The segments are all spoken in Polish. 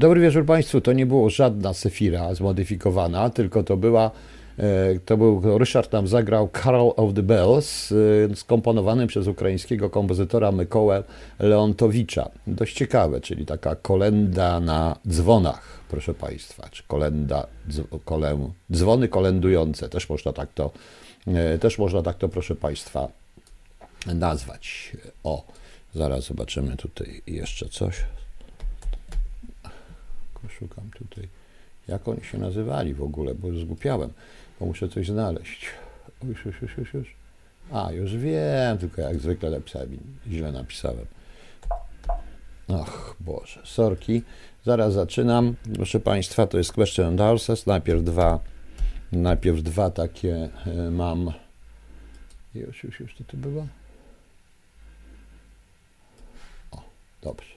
Dobry wieczór Państwu. To nie było żadna Sefira zmodyfikowana, tylko to był Ryszard nam zagrał Carol of the Bells, skomponowany przez ukraińskiego kompozytora Mykołę Leontowicza. Dość ciekawe, czyli taka kolenda na dzwonach, proszę Państwa, czy dzwony kolendujące, też można tak to, proszę Państwa, nazwać. O, zaraz zobaczymy tutaj jeszcze coś. Szukam tutaj, jak oni się nazywali w ogóle, bo już zgłupiałem, bo muszę coś znaleźć. Już. A, już wiem, tylko jak zwykle napisałem, źle napisałem. Ach, Boże, sorki. Zaraz zaczynam. Proszę Państwa, to jest question and answers. Najpierw dwa takie mam. Już to było? O, dobrze.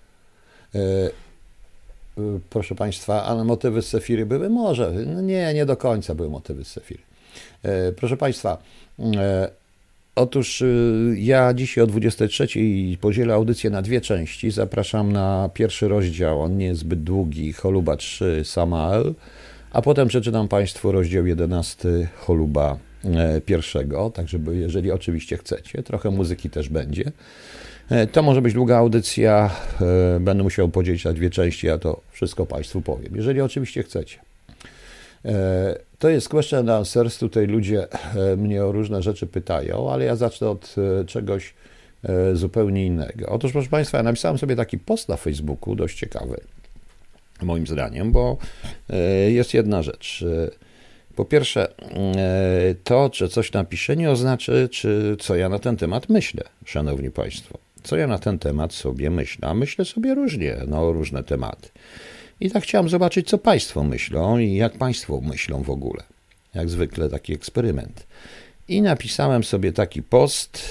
Proszę Państwa, ale motywy z Sefiry były? Może. Nie do końca były motywy z Sefiry. Proszę Państwa, otóż ja dzisiaj o 23:00 podzielę audycję na dwie części. Zapraszam na pierwszy rozdział, on nie jest zbyt długi, Choluba 3, Samael, a potem przeczytam Państwu rozdział 11 Choluba pierwszego, tak żeby, jeżeli oczywiście chcecie, trochę muzyki też będzie. To może być długa audycja, będę musiał podzielić na dwie części, ja to wszystko Państwu powiem, jeżeli oczywiście chcecie. To jest question and answers, tutaj ludzie mnie o różne rzeczy pytają, ale ja zacznę od czegoś zupełnie innego. Otóż, proszę Państwa, ja napisałem sobie taki post na Facebooku, dość ciekawy, moim zdaniem, bo jest jedna rzecz. Po pierwsze, to, czy coś napiszę, nie oznacza, co ja na ten temat myślę, szanowni Państwo. Co ja na ten temat sobie myślę? A myślę sobie różnie, różne tematy. I tak chciałem zobaczyć, co Państwo myślą i jak Państwo myślą w ogóle. Jak zwykle taki eksperyment. I napisałem sobie taki post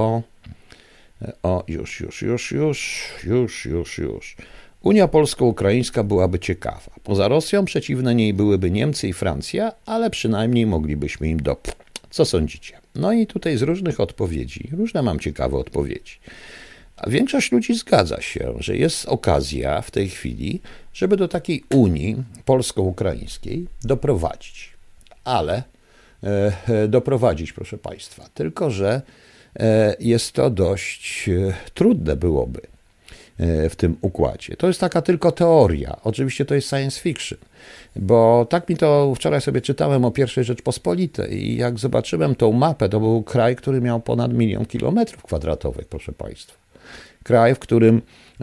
już. Unia polsko-ukraińska byłaby ciekawa. Poza Rosją przeciwne niej byłyby Niemcy i Francja, ale przynajmniej moglibyśmy im Co sądzicie? No i tutaj z różnych odpowiedzi, różne mam ciekawe odpowiedzi. A większość ludzi zgadza się, że jest okazja w tej chwili, żeby do takiej Unii polsko-ukraińskiej doprowadzić. Ale doprowadzić, proszę Państwa, tylko że jest to dość trudne byłoby w tym układzie. To jest taka tylko teoria. Oczywiście to jest science fiction, bo tak mi to wczoraj sobie czytałem o I Rzeczpospolitej i jak zobaczyłem tą mapę, to był kraj, który miał ponad 1 000 000 kilometrów kwadratowych, proszę Państwa. Kraj, w którym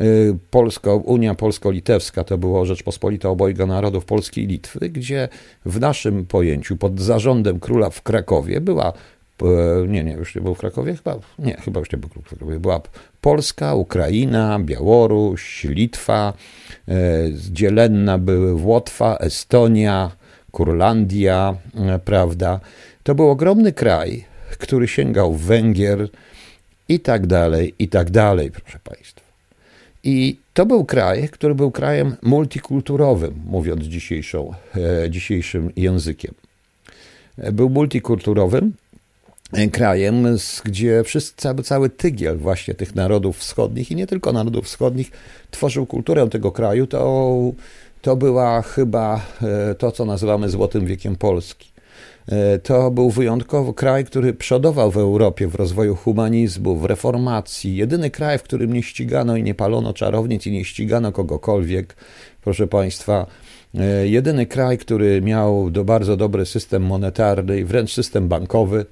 Unia Polsko-Litewska to było Rzeczpospolita obojga narodów Polski i Litwy, gdzie w naszym pojęciu pod zarządem króla w Krakowie była już nie był w Krakowie? Chyba już nie był w Krakowie. Była Polska, Ukraina, Białoruś, Litwa, dzielenna były Łotwa, Estonia, Kurlandia, prawda? To był ogromny kraj, który sięgał Węgier i tak dalej, proszę Państwa. I to był kraj, który był krajem multikulturowym, mówiąc dzisiejszym językiem. Był multikulturowym krajem, gdzie cały tygiel właśnie tych narodów wschodnich i nie tylko narodów wschodnich tworzył kulturę tego kraju, to była chyba to, co nazywamy Złotym Wiekiem Polski. To był wyjątkowy kraj, który przodował w Europie w rozwoju humanizmu, w reformacji. Jedyny kraj, w którym nie ścigano i nie palono czarownic i nie ścigano kogokolwiek, proszę Państwa. Jedyny kraj, który miał bardzo dobry system monetarny i wręcz system bankowy,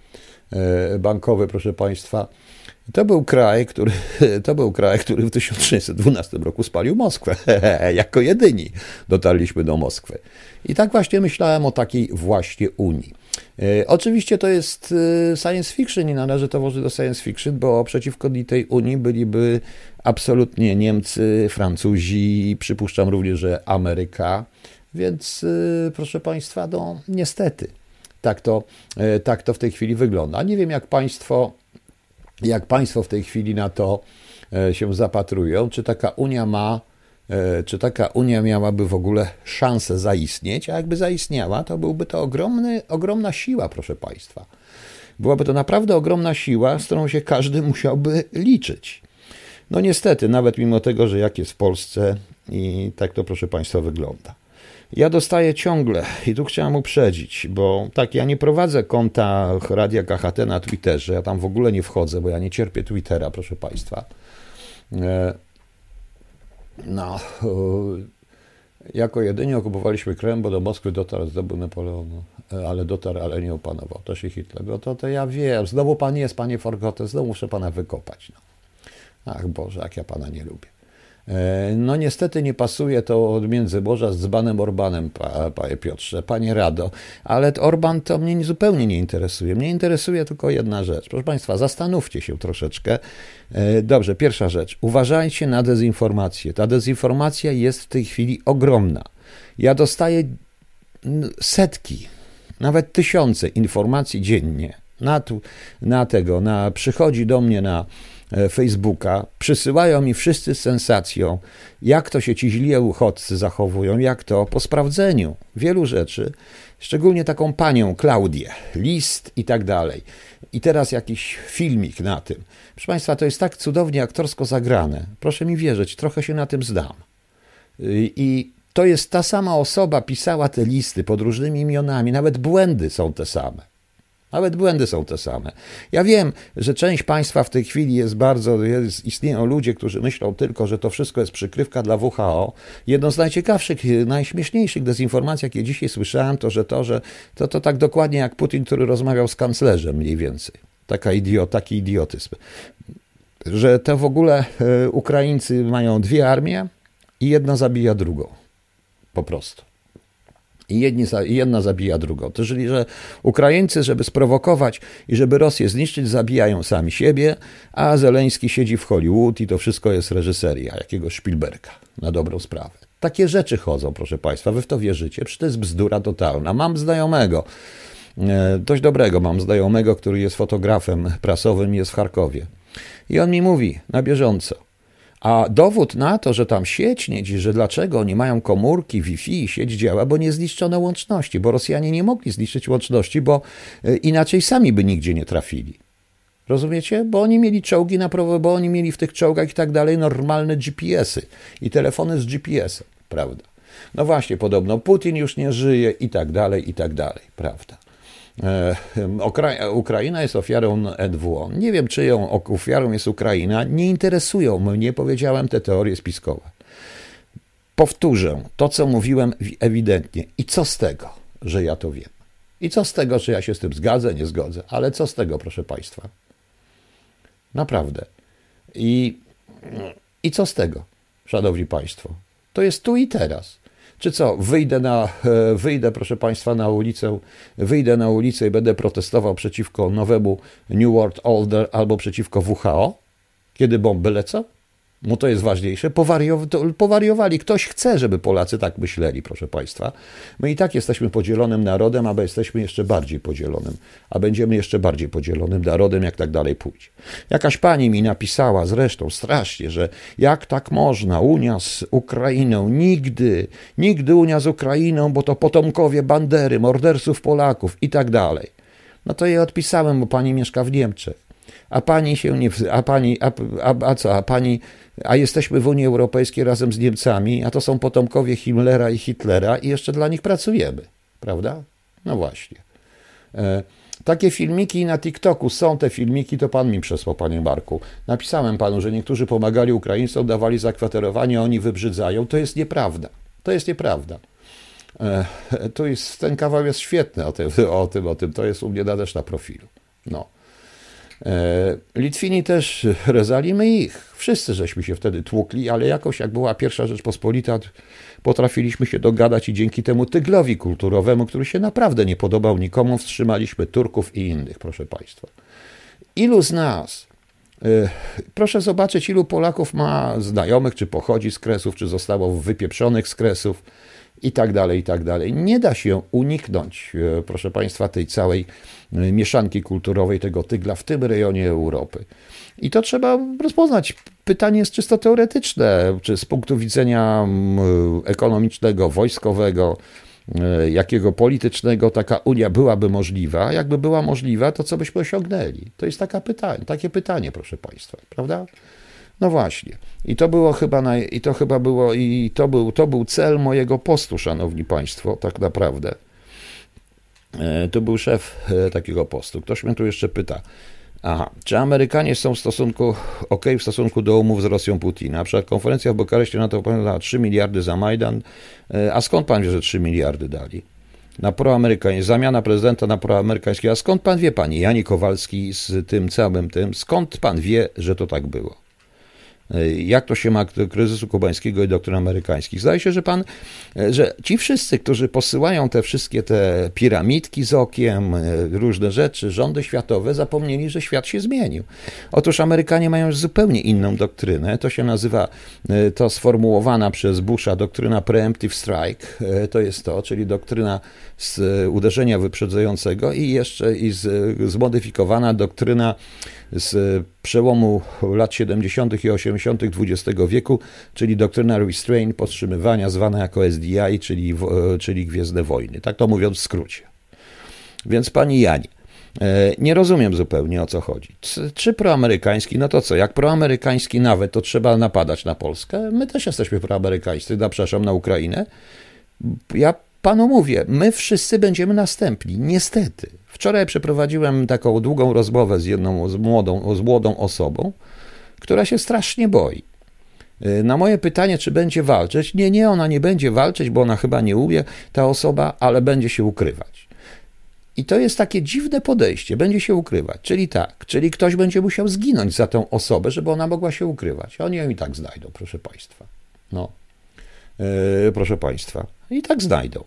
proszę Państwa. To był kraj, który w 1612 roku spalił Moskwę. Jako jedyni dotarliśmy do Moskwy. I tak właśnie myślałem o takiej właśnie Unii. Oczywiście to jest science fiction i należy to włożyć do science fiction, bo przeciwko tej Unii byliby absolutnie Niemcy, Francuzi, przypuszczam również, że Ameryka. Więc proszę Państwa, niestety tak to w tej chwili wygląda. Nie wiem, jak Państwo w tej chwili na to się zapatrują, czy taka Unia miałaby w ogóle szansę zaistnieć, a jakby zaistniała, to byłby to ogromna siła, proszę Państwa. Byłaby to naprawdę ogromna siła, z którą się każdy musiałby liczyć. No niestety, nawet mimo tego, że jak jest w Polsce i tak to proszę Państwa wygląda. Ja dostaję ciągle i tu chciałem uprzedzić, bo tak, ja nie prowadzę konta Radia KHT na Twitterze, ja tam w ogóle nie wchodzę, bo ja nie cierpię Twittera, proszę Państwa. No, jako jedyni okupowaliśmy Krym, bo do Moskwy dotarł, zdobył Napoleon, ale nie opanował, też i Hitler. No to ja wiem, znowu pan jest, panie Forgotten, znowu muszę pana wykopać. No. Ach Boże, jak ja pana nie lubię. No niestety nie pasuje to od Międzyborza z dzbanem Orbanem, panie Piotrze, panie Rado, ale Orban to mnie zupełnie nie interesuje. Mnie interesuje tylko jedna rzecz. Proszę Państwa, zastanówcie się troszeczkę. Dobrze, pierwsza rzecz. Uważajcie na dezinformację. Ta dezinformacja jest w tej chwili ogromna. Ja dostaję setki, nawet tysiące informacji dziennie. Przychodzi do mnie na Facebooka, przysyłają mi wszyscy z sensacją, jak to się ci źli uchodźcy zachowują, jak to po sprawdzeniu wielu rzeczy, szczególnie taką panią Klaudię, list i tak dalej. I teraz jakiś filmik na tym. Proszę Państwa, to jest tak cudownie aktorsko zagrane. Proszę mi wierzyć, trochę się na tym znam. I to jest ta sama osoba, pisała te listy pod różnymi imionami, nawet błędy są te same. Nawet błędy są te same. Ja wiem, że część państwa w tej chwili istnieją ludzie, którzy myślą tylko, że to wszystko jest przykrywka dla WHO. Jedną z najciekawszych, najśmieszniejszych dezinformacji, jakie dzisiaj słyszałem, to tak dokładnie jak Putin, który rozmawiał z kanclerzem mniej więcej. Taki idiotyzm. Że to w ogóle Ukraińcy mają dwie armie i jedna zabija drugą. Po prostu. I jedna zabija drugą. To czyli, że Ukraińcy, żeby sprowokować i żeby Rosję zniszczyć, zabijają sami siebie, a Zeleński siedzi w Hollywood i to wszystko jest reżyseria jakiegoś Spielberga, na dobrą sprawę. Takie rzeczy chodzą, proszę Państwa, wy w to wierzycie? Przecież to jest bzdura totalna. Mam znajomego, dość dobrego mam znajomego, który jest fotografem prasowym, jest w Charkowie. I on mi mówi na bieżąco, a dowód na to, że tam sieć nie działa, że dlaczego nie mają komórki, Wi-Fi i sieć działa, bo nie zniszczono łączności, bo Rosjanie nie mogli zniszczyć łączności, bo inaczej sami by nigdzie nie trafili. Rozumiecie? Bo oni mieli czołgi bo oni mieli w tych czołgach i tak dalej normalne GPS-y i telefony z GPS-em, prawda? No właśnie, podobno Putin już nie żyje i tak dalej, prawda? Ukraina jest ofiarą NWO. Nie wiem, czyją ofiarą jest Ukraina. Nie interesują mnie, powiedziałem, te teorie spiskowe. Powtórzę to, co mówiłem ewidentnie. I co z tego, że ja to wiem? I co z tego, że ja się z tym zgadzę, nie zgodzę? Ale co z tego, proszę Państwa? Naprawdę. I co z tego, szanowni Państwo? To jest tu i teraz. Czy co, wyjdę, proszę Państwa, wyjdę na ulicę i będę protestował przeciwko nowemu New World Order albo przeciwko WHO? Kiedy bomby lecą? No to jest ważniejsze. Powariowali. Ktoś chce, żeby Polacy tak myśleli, proszę Państwa. My i tak jesteśmy podzielonym narodem, a jesteśmy jeszcze bardziej podzielonym. A będziemy jeszcze bardziej podzielonym narodem, jak tak dalej pójdzie. Jakaś pani mi napisała zresztą strasznie, że jak tak można, Unia z Ukrainą, nigdy Unia z Ukrainą, bo to potomkowie Bandery, morderców Polaków i tak dalej. No to jej odpisałem, bo pani mieszka w Niemczech. A jesteśmy w Unii Europejskiej razem z Niemcami, a to są potomkowie Himmlera i Hitlera i jeszcze dla nich pracujemy, prawda? No właśnie. Takie filmiki na TikToku są, te filmiki, to pan mi przesłał, panie Marku. Napisałem panu, że niektórzy pomagali Ukraińcom, dawali zakwaterowanie, oni wybrzydzają. To jest nieprawda. Ten kawał jest świetny o tym. To jest u mnie też na profilu. No. Litwini też rezali, my ich. Wszyscy żeśmy się wtedy tłukli, ale jakoś jak była pierwsza Rzeczpospolita, potrafiliśmy się dogadać i dzięki temu tyglowi kulturowemu, który się naprawdę nie podobał nikomu, wstrzymaliśmy Turków i innych, proszę Państwa. Ilu z nas, proszę zobaczyć, ilu Polaków ma znajomych, czy pochodzi z Kresów, czy zostało wypieprzonych z Kresów i tak dalej. Nie da się uniknąć, proszę Państwa, tej całej mieszanki kulturowej, tego tygla w tym rejonie Europy. I to trzeba rozpoznać. Pytanie jest czysto teoretyczne, czy z punktu widzenia ekonomicznego, wojskowego, jakiego politycznego taka Unia byłaby możliwa. Jakby była możliwa, to co byśmy osiągnęli? To jest takie pytanie, proszę Państwa, prawda? No właśnie. To był cel mojego postu, szanowni państwo, tak naprawdę. To był szef takiego postu. Ktoś mnie tu jeszcze pyta. Aha, czy Amerykanie są w stosunku do umów z Rosją Putina? Na przykład konferencja w Bukareszcie na to opowiadała 3 miliardy za Majdan. A skąd pan wie, że 3 miliardy dali? Na proamerykańskie, zamiana prezydenta na proamerykańskiego. A skąd pan wie, panie Janie Kowalski, z tym całym tym, skąd pan wie, że to tak było? Jak to się ma do kryzysu kubańskiego i doktryn amerykańskich? Zdaje się, że ci wszyscy, którzy posyłają te wszystkie te piramidki z okiem, różne rzeczy, rządy światowe, zapomnieli, że świat się zmienił. Otóż Amerykanie mają już zupełnie inną doktrynę. To się nazywa, to sformułowana przez Busha doktryna preemptive strike. To jest to, czyli doktryna z uderzenia wyprzedzającego i zmodyfikowana doktryna z przełomu lat 70. i 80. XX wieku, czyli doktryna restraint, powstrzymywania, zwana jako SDI, czyli Gwiezdne Wojny. Tak to mówiąc w skrócie. Więc pani Jani, nie rozumiem zupełnie, o co chodzi. Czy proamerykański, no to co, jak proamerykański nawet, to trzeba napadać na Polskę? My też jesteśmy proamerykańscy, przepraszam, na Ukrainę. Ja panu mówię, my wszyscy będziemy następni, niestety. Wczoraj przeprowadziłem taką długą rozmowę z młodą osobą, która się strasznie boi. Na moje pytanie, czy będzie walczyć, nie, ona nie będzie walczyć, bo ona chyba nie umie, ta osoba, ale będzie się ukrywać. I to jest takie dziwne podejście, będzie się ukrywać, czyli ktoś będzie musiał zginąć za tę osobę, żeby ona mogła się ukrywać. Oni ją i tak znajdą, proszę państwa. Proszę państwa, i tak znajdą.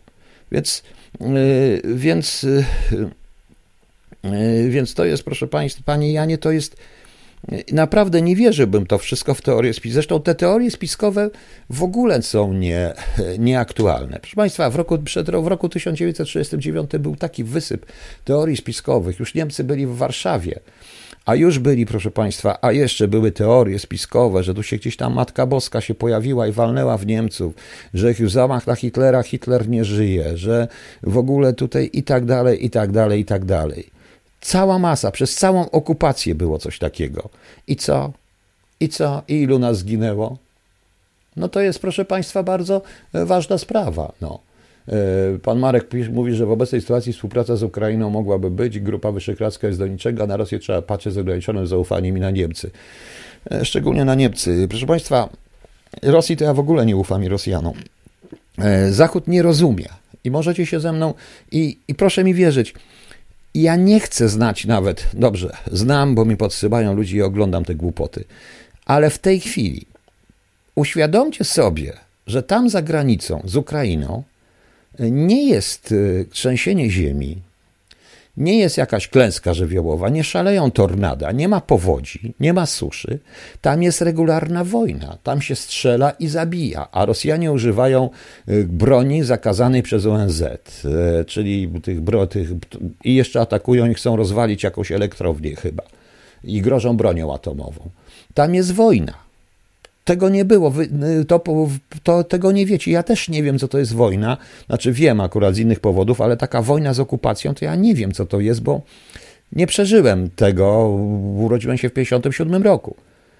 Więc to jest, proszę państwa, panie Janie, to jest, naprawdę nie wierzyłbym to wszystko w teorie spiskowe. Zresztą te teorie spiskowe w ogóle są nieaktualne. Proszę państwa, w roku 1939 był taki wysyp teorii spiskowych. Już Niemcy byli w Warszawie. A już byli, proszę państwa, a jeszcze były teorie spiskowe, że tu się gdzieś tam Matka Boska się pojawiła i walnęła w Niemców, że w zamach na Hitlera Hitler nie żyje, że w ogóle tutaj i tak dalej, i tak dalej, i tak dalej. Cała masa, przez całą okupację było coś takiego. I co? I ilu nas zginęło? No to jest, proszę państwa, bardzo ważna sprawa, Pan Marek mówi, że w obecnej sytuacji współpraca z Ukrainą mogłaby być, Grupa Wyszehradzka jest do niczego, a na Rosję trzeba patrzeć z ograniczonym zaufaniem i na Niemcy. Szczególnie na Niemcy. Proszę państwa, Rosji to ja w ogóle nie ufam i Rosjanom. Zachód nie rozumie i możecie się ze mną i proszę mi wierzyć, ja nie chcę znać nawet, dobrze, znam, bo mi podsyłają ludzie i oglądam te głupoty, ale w tej chwili uświadomcie sobie, że tam za granicą z Ukrainą nie jest trzęsienie ziemi, nie jest jakaś klęska żywiołowa, nie szaleją tornada, nie ma powodzi, nie ma suszy. Tam jest regularna wojna, tam się strzela i zabija, a Rosjanie używają broni zakazanej przez ONZ, czyli i jeszcze atakują i chcą rozwalić jakąś elektrownię chyba i grożą bronią atomową. Tam jest wojna. Tego nie było, tego nie wiecie. Ja też nie wiem, co to jest wojna. Znaczy wiem akurat z innych powodów, ale taka wojna z okupacją, to ja nie wiem, co to jest, bo nie przeżyłem tego. Urodziłem się w 1957 roku.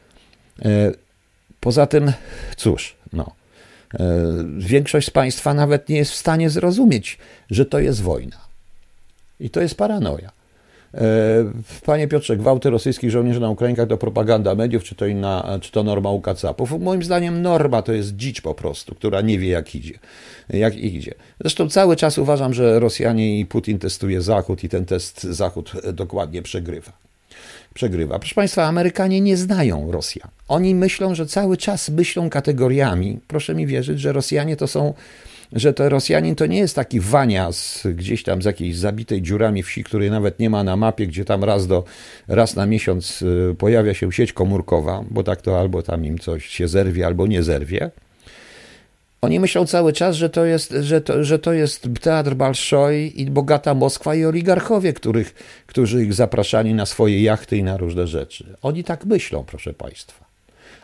Poza tym, cóż, większość z państwa nawet nie jest w stanie zrozumieć, że to jest wojna. I to jest paranoja. Panie Piotrze, gwałty rosyjskich żołnierzy na Ukrainkach to propaganda mediów, czy to norma u kacapów? Moim zdaniem norma to jest dzicz po prostu, która nie wie jak idzie. Zresztą cały czas uważam, że Rosjanie i Putin testuje Zachód i ten test Zachód dokładnie przegrywa. Proszę państwa, Amerykanie nie znają Rosjan. Oni myślą, że cały czas myślą kategoriami. Proszę mi wierzyć, że Rosjanin to nie jest taki Wania gdzieś tam z jakiejś zabitej dziurami wsi, której nawet nie ma na mapie, gdzie tam raz na miesiąc pojawia się sieć komórkowa, bo tak to albo tam im coś się zerwie, albo nie zerwie. Oni myślą cały czas, że to jest teatr Balszoi i bogata Moskwa i oligarchowie, którzy ich zapraszali na swoje jachty i na różne rzeczy. Oni tak myślą, proszę państwa.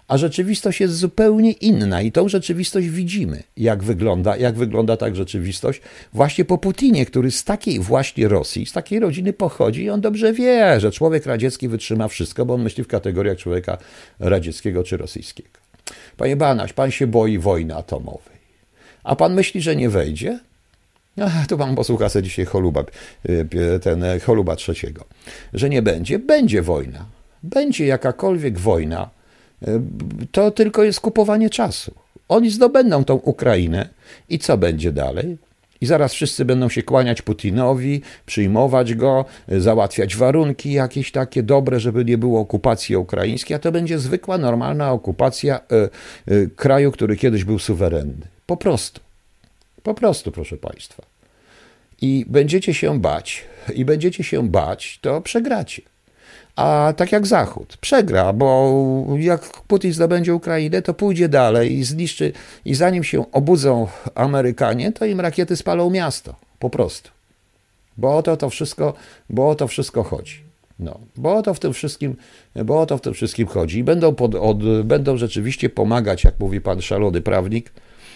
A rzeczywistość jest zupełnie inna i tą rzeczywistość widzimy, jak wygląda tak rzeczywistość właśnie po Putinie, który z takiej właśnie Rosji, z takiej rodziny pochodzi i on dobrze wie, że człowiek radziecki wytrzyma wszystko, bo on myśli w kategoriach człowieka radzieckiego czy rosyjskiego. Panie Banaś, pan się boi wojny atomowej, a pan myśli, że nie wejdzie? To pan posłucha sobie dzisiaj Choluba III, że nie będzie. Będzie wojna. Będzie jakakolwiek wojna. To tylko jest kupowanie czasu. Oni zdobędą tą Ukrainę i co będzie dalej? I zaraz wszyscy będą się kłaniać Putinowi, przyjmować go, załatwiać warunki jakieś takie dobre, żeby nie było okupacji ukraińskiej, a to będzie zwykła, normalna okupacja kraju, który kiedyś był suwerenny. Po prostu. Po prostu, proszę państwa. I będziecie się bać, to przegracie. A tak jak Zachód, przegra, bo jak Putin zdobędzie Ukrainę, to pójdzie dalej i zniszczy, i zanim się obudzą Amerykanie, to im rakiety spalą miasto, po prostu. Bo o to wszystko chodzi. No, bo o to w tym wszystkim chodzi. I będą rzeczywiście pomagać, jak mówi pan szalony prawnik,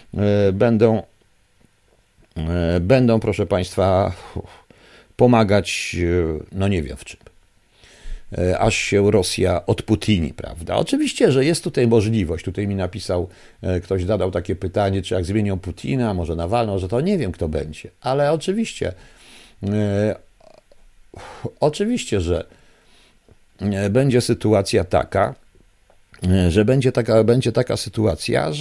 będą, proszę państwa, pomagać, no nie wiem w czym, aż się Rosja odputini, prawda? Oczywiście, że jest tutaj możliwość, tutaj mi napisał, ktoś zadał takie pytanie, czy jak zmienią Putina, może Nawalną, że to nie wiem, kto będzie, ale oczywiście, że będzie sytuacja taka, że będzie taka sytuacja,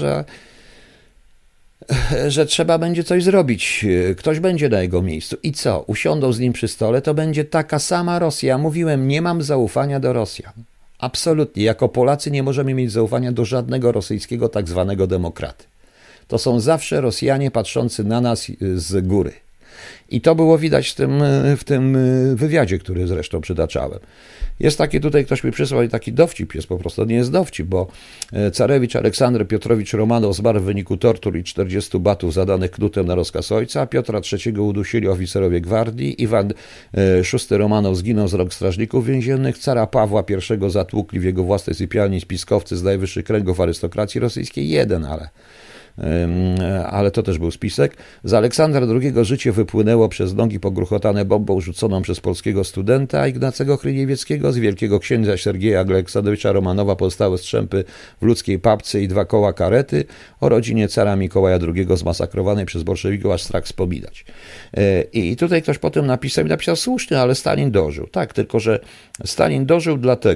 że trzeba będzie coś zrobić. Ktoś będzie na jego miejscu. I co? Usiądą z nim przy stole, to będzie taka sama Rosja. Mówiłem, nie mam zaufania do Rosjan. Absolutnie. Jako Polacy nie możemy mieć zaufania do żadnego rosyjskiego tak zwanego demokraty. To są zawsze Rosjanie patrzący na nas z góry. I to było widać w tym wywiadzie, który zresztą przytaczałem. Jest taki tutaj, ktoś mi przysłał i taki dowcip jest po prostu, nie jest dowcip, bo carewicz Aleksander Piotrowicz Romanow zmarł w wyniku tortur i 40 batów zadanych knutem na rozkaz ojca, Piotra III udusili oficerowie gwardii, Iwan VI Romanow zginął z rąk strażników więziennych, cara Pawła I zatłukli w jego własnej sypialni spiskowcy z najwyższych kręgów arystokracji rosyjskiej, jeden, ale to też był spisek. Z Aleksandra II życie wypłynęło przez nogi pogruchotane bombą rzuconą przez polskiego studenta Ignacego Chryniewieckiego. Z wielkiego księdza Sergieja Aleksandrowicza Romanowa pozostały strzępy w ludzkiej papce i 2 koła karety. O rodzinie cara Mikołaja II zmasakrowanej przez bolszewików aż strach wspominać. I tutaj ktoś potem napisał słusznie, ale Stalin dożył. Tak, tylko że Stalin dożył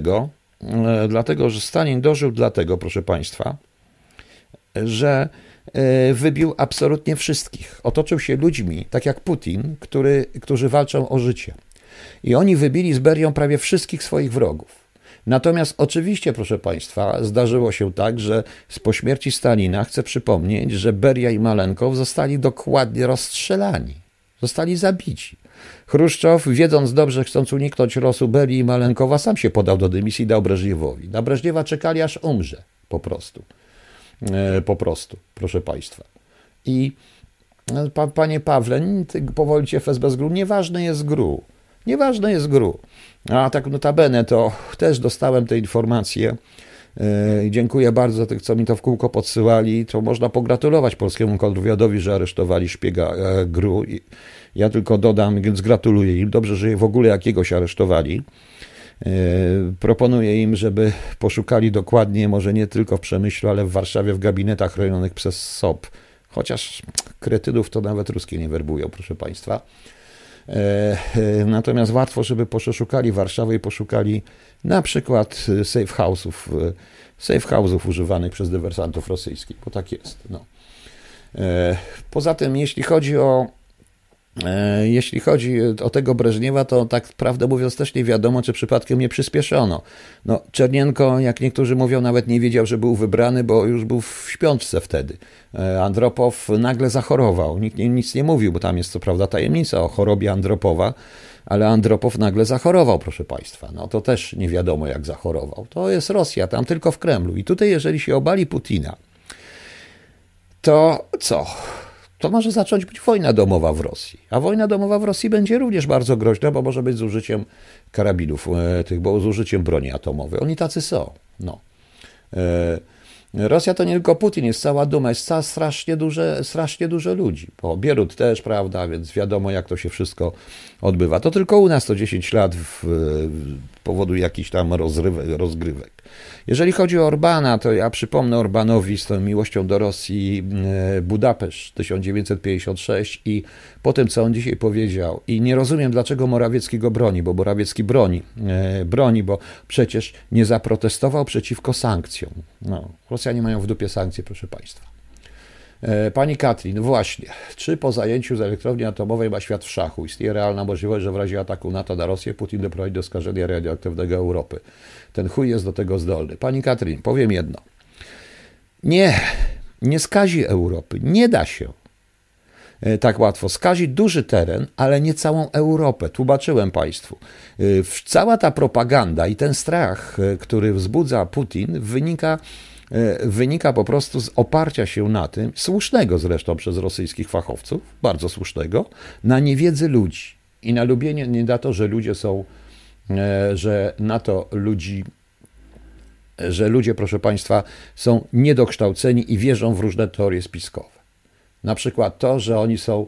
dlatego, proszę państwa, że wybił absolutnie wszystkich. Otoczył się ludźmi, tak jak Putin, którzy walczą o życie. I oni wybili z Berią prawie wszystkich swoich wrogów. Natomiast oczywiście, proszę państwa, zdarzyło się tak, że po śmierci Stalina, chcę przypomnieć, że Beria i Malenkow zostali dokładnie rozstrzelani. Zostali zabici. Chruszczow, wiedząc dobrze, chcąc uniknąć losu Berii i Malenkowa, sam się podał do dymisji i dał Breżniewowi. Na Breżniewa czekali, aż umrze. Po prostu, proszę państwa. I panie Pawle, powoli cię FSB z GRU, nieważne jest GRU. A tak notabene to też dostałem te informacje. Dziękuję bardzo za tych, co mi to w kółko podsyłali. To można pogratulować polskiemu kontrwywiadowi, że aresztowali szpiega GRU. Ja tylko dodam, więc gratuluję im. Dobrze, że w ogóle jakiegoś aresztowali. Proponuję im, żeby poszukali dokładnie, może nie tylko w Przemyślu, ale w Warszawie w gabinetach chronionych przez SOP. Chociaż kretynów to nawet ruskie nie werbują, proszę państwa. Natomiast łatwo, żeby poszukali Warszawę i poszukali na przykład safe house'ów używanych przez dywersantów rosyjskich, bo tak jest. No. Poza tym, jeśli chodzi o tego Breżniewa, to tak prawdę mówiąc też nie wiadomo, czy przypadkiem nie przyspieszono. No, Czernienko, jak niektórzy mówią, nawet nie wiedział, że był wybrany, bo już był w śpiączce wtedy. Andropow nagle zachorował. Nikt nic nie mówił, bo tam jest co prawda tajemnica o chorobie Andropowa, ale Andropow nagle zachorował, proszę państwa. No to też nie wiadomo, jak zachorował. To jest Rosja, tam tylko w Kremlu. I tutaj, jeżeli się obali Putina, to co? To może zacząć być wojna domowa w Rosji. A wojna domowa w Rosji będzie również bardzo groźna, bo może być z użyciem karabinów, bo z użyciem broni atomowej. Oni tacy są. No. Rosja to nie tylko Putin, jest cała duma, jest strasznie dużo ludzi. Bo Bierut też, prawda, więc wiadomo, jak to się wszystko odbywa. To tylko u nas to 10 lat powodu jakichś tam rozgrywek. Jeżeli chodzi o Orbana, to ja przypomnę Orbanowi z tą miłością do Rosji Budapeszt 1956 i po tym, co on dzisiaj powiedział, i nie rozumiem, dlaczego Morawiecki go broni, bo Morawiecki broni, bo przecież nie zaprotestował przeciwko sankcjom. No, Rosjanie mają w dupie sankcje, proszę Państwa. Pani Katrin, właśnie, czy po zajęciu z elektrowni atomowej ma świat w szachu? Istnieje realna możliwość, że w razie ataku NATO na Rosję Putin doprowadzi do skażenia radioaktywnego Europy. Ten chuj jest do tego zdolny. Pani Katrin, powiem jedno. Nie skazi Europy. Nie da się tak łatwo. Skazi duży teren, ale nie całą Europę. Tłumaczyłem Państwu. Cała ta propaganda i ten strach, który wzbudza Putin, wynika po prostu z oparcia się na tym, słusznego zresztą przez rosyjskich fachowców, bardzo słusznego, na niewiedzy ludzi i na lubienie, nie na to, że ludzie są, że ludzie, proszę Państwa, są niedokształceni i wierzą w różne teorie spiskowe. Na przykład to, że oni są,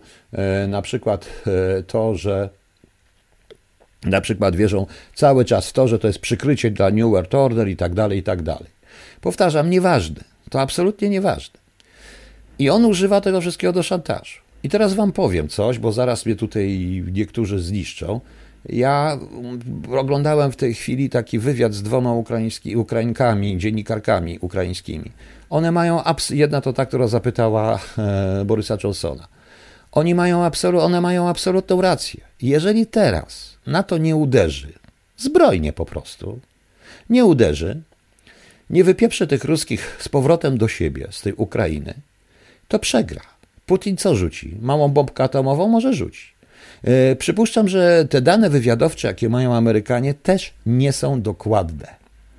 na przykład wierzą cały czas w to, że to jest przykrycie dla New World Order i tak dalej, i tak dalej. Powtarzam, nieważne. To absolutnie nieważne. I on używa tego wszystkiego do szantażu. I teraz wam powiem coś, bo zaraz mnie tutaj niektórzy zniszczą. Ja oglądałem w tej chwili taki wywiad z 2 Ukrainkami, dziennikarkami ukraińskimi. One mają, jedna to ta, która zapytała Borysa Johnsona. One mają absolutną rację. Jeżeli teraz NATO nie uderzy, zbrojnie po prostu, nie uderzy, nie wypieprzy tych ruskich z powrotem do siebie, z tej Ukrainy, to przegra. Putin co rzuci? Małą bombkę atomową może rzucić. Przypuszczam, że te dane wywiadowcze, jakie mają Amerykanie, też nie są dokładne.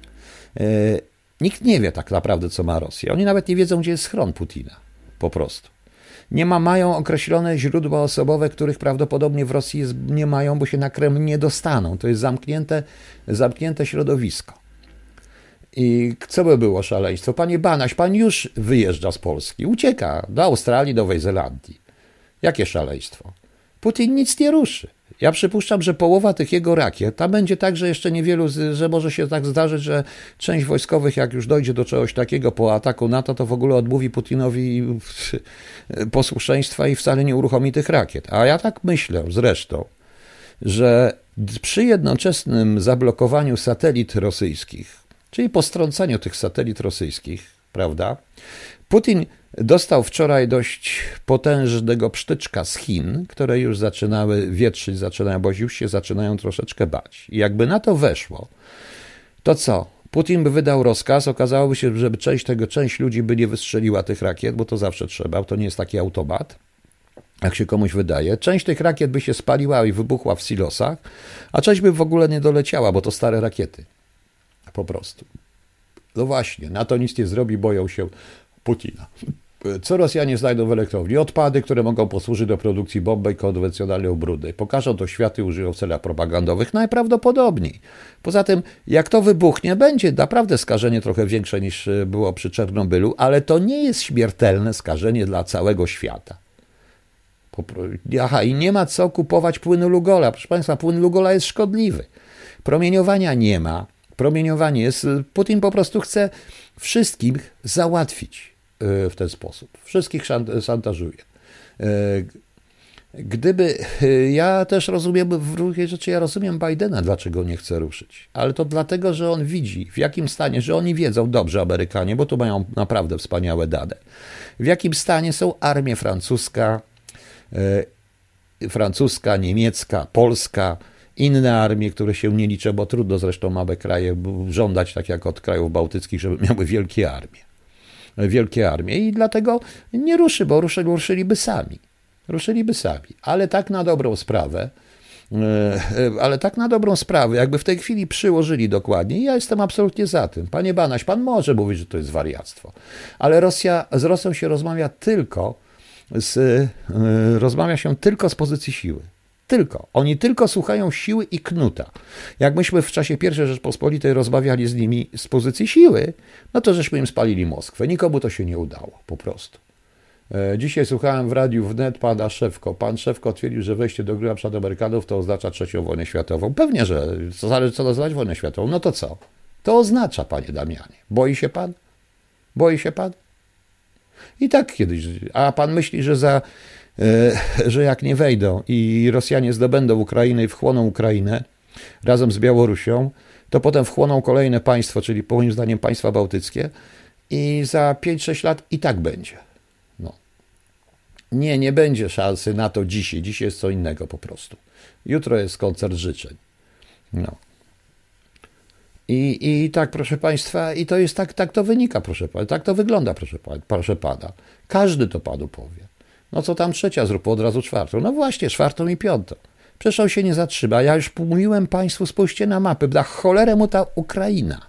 Nikt nie wie tak naprawdę, co ma Rosja. Oni nawet nie wiedzą, gdzie jest schron Putina. Po prostu. Mają określone źródła osobowe, których prawdopodobnie w Rosji nie mają, bo się na Kreml nie dostaną. To jest zamknięte środowisko. I co by było szaleństwo? Panie Banaś, pan już wyjeżdża z Polski, ucieka do Australii, Nowej Zelandii. Jakie szaleństwo? Putin nic nie ruszy. Ja przypuszczam, że połowa tych jego rakiet, tam będzie tak, że jeszcze niewielu, że może się tak zdarzyć, że część wojskowych, jak już dojdzie do czegoś takiego po ataku NATO, to w ogóle odmówi Putinowi posłuszeństwa i wcale nie uruchomi tych rakiet. A ja tak myślę zresztą, że przy jednoczesnym zablokowaniu satelit rosyjskich, czyli po strąceniu tych satelit rosyjskich, prawda, Putin dostał wczoraj dość potężnego psztyczka z Chin, które już zaczynały wietrzyć, bo już się zaczynają troszeczkę bać. I jakby na to weszło, to co? Putin by wydał rozkaz, okazałoby się, że część ludzi by nie wystrzeliła tych rakiet, bo to zawsze trzeba, to nie jest taki automat, jak się komuś wydaje. Część tych rakiet by się spaliła i wybuchła w silosach, a część by w ogóle nie doleciała, bo to stare rakiety. Po prostu. No właśnie, na to nic nie zrobi, boją się Putina. Co Rosjanie znajdą w elektrowni? Odpady, które mogą posłużyć do produkcji bomby konwencjonalnej brudnej. Pokażą to światu i użyją w celach propagandowych najprawdopodobniej. Poza tym, jak to wybuchnie, będzie naprawdę skażenie trochę większe niż było przy Czarnobylu, ale to nie jest śmiertelne skażenie dla całego świata. Aha, i nie ma co kupować płynu Lugola. Proszę Państwa, płyn Lugola jest szkodliwy. Promieniowania nie ma. Promieniowanie jest. Putin po prostu chce wszystkich załatwić w ten sposób. Wszystkich szantażuje. Ja też rozumiem w drugiej rzeczy, ja rozumiem Bidena, dlaczego nie chce ruszyć. Ale to dlatego, że on widzi, w jakim stanie, że oni wiedzą dobrze, Amerykanie, bo tu mają naprawdę wspaniałe dane, w jakim stanie są armie francuska, niemiecka, polska, inne armie, które się nie liczą, bo trudno zresztą małe kraje żądać, tak jak od krajów bałtyckich, żeby miały wielkie armie. I dlatego nie ruszy, bo ruszyliby sami. Ale tak na dobrą sprawę, jakby w tej chwili przyłożyli dokładnie, i ja jestem absolutnie za tym. Panie Banaś, pan może mówić, że to jest wariactwo, ale z Rosją się rozmawia tylko z pozycji siły. Tylko. Oni tylko słuchają siły i knuta. Jak myśmy w czasie I Rzeczpospolitej rozmawiali z nimi z pozycji siły, no to żeśmy im spalili Moskwę. Nikomu to się nie udało, po prostu. Dzisiaj słuchałem w radiu wnet pana Szewko. Pan Szewko twierdził, że wejście do gry przed Amerykanów to oznacza trzecią wojnę światową. Pewnie, że co zależy, co nazywać wojnę światową. No to co? To oznacza, panie Damianie. Boi się pan? Boi się pan? I tak kiedyś. A pan myśli, że jak nie wejdą i Rosjanie zdobędą Ukrainę i wchłoną Ukrainę razem z Białorusią, to potem wchłoną kolejne państwo, czyli moim zdaniem państwa bałtyckie i za 5-6 lat i tak będzie. No. Nie będzie szansy na to dzisiaj. Dzisiaj jest co innego po prostu. Jutro jest koncert życzeń. No. I tak, proszę państwa, i to jest tak to wynika, proszę pana, tak to wygląda, proszę pana. Każdy to panu powie. No co tam trzecia, zrób od razu czwartą. No właśnie, czwartą i piątą. Przecież on się nie zatrzyma. Ja już mówiłem państwu, spójrzcie na mapy. Na cholerę mu ta Ukraina.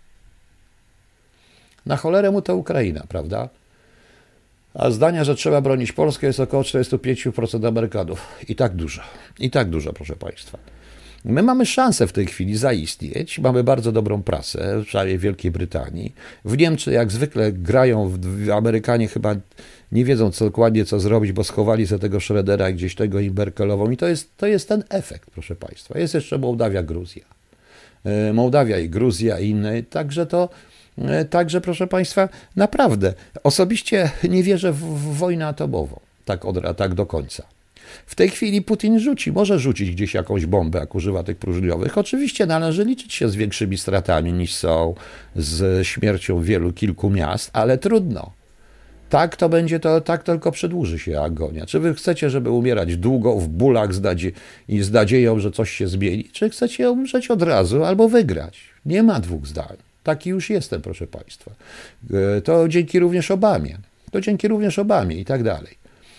Na cholerę mu ta Ukraina, prawda? A zdania, że trzeba bronić Polskę, jest około 45% Amerykanów. I tak dużo, proszę państwa. My mamy szansę w tej chwili zaistnieć, mamy bardzo dobrą prasę, przynajmniej w Wielkiej Brytanii. W Niemczech jak zwykle grają, Amerykanie chyba nie wiedzą dokładnie co zrobić, bo schowali sobie tego Schrödera i gdzieś tego i Merkelową i to jest ten efekt, proszę państwa. Jest jeszcze Mołdawia, Gruzja. Mołdawia i Gruzja i inne, także proszę państwa, naprawdę, osobiście nie wierzę w wojnę atomową, tak do końca. W tej chwili Putin może rzucić gdzieś jakąś bombę, jak używa tych próżniowych. Oczywiście należy liczyć się z większymi stratami niż są z śmiercią kilku miast, ale trudno. Tak to będzie, tak tylko przedłuży się agonia. Czy wy chcecie, żeby umierać długo, w bólach i z nadzieją, że coś się zmieni, czy chcecie umrzeć od razu albo wygrać? Nie ma dwóch zdań. Taki już jestem, proszę państwa. To dzięki również Obamie i tak dalej.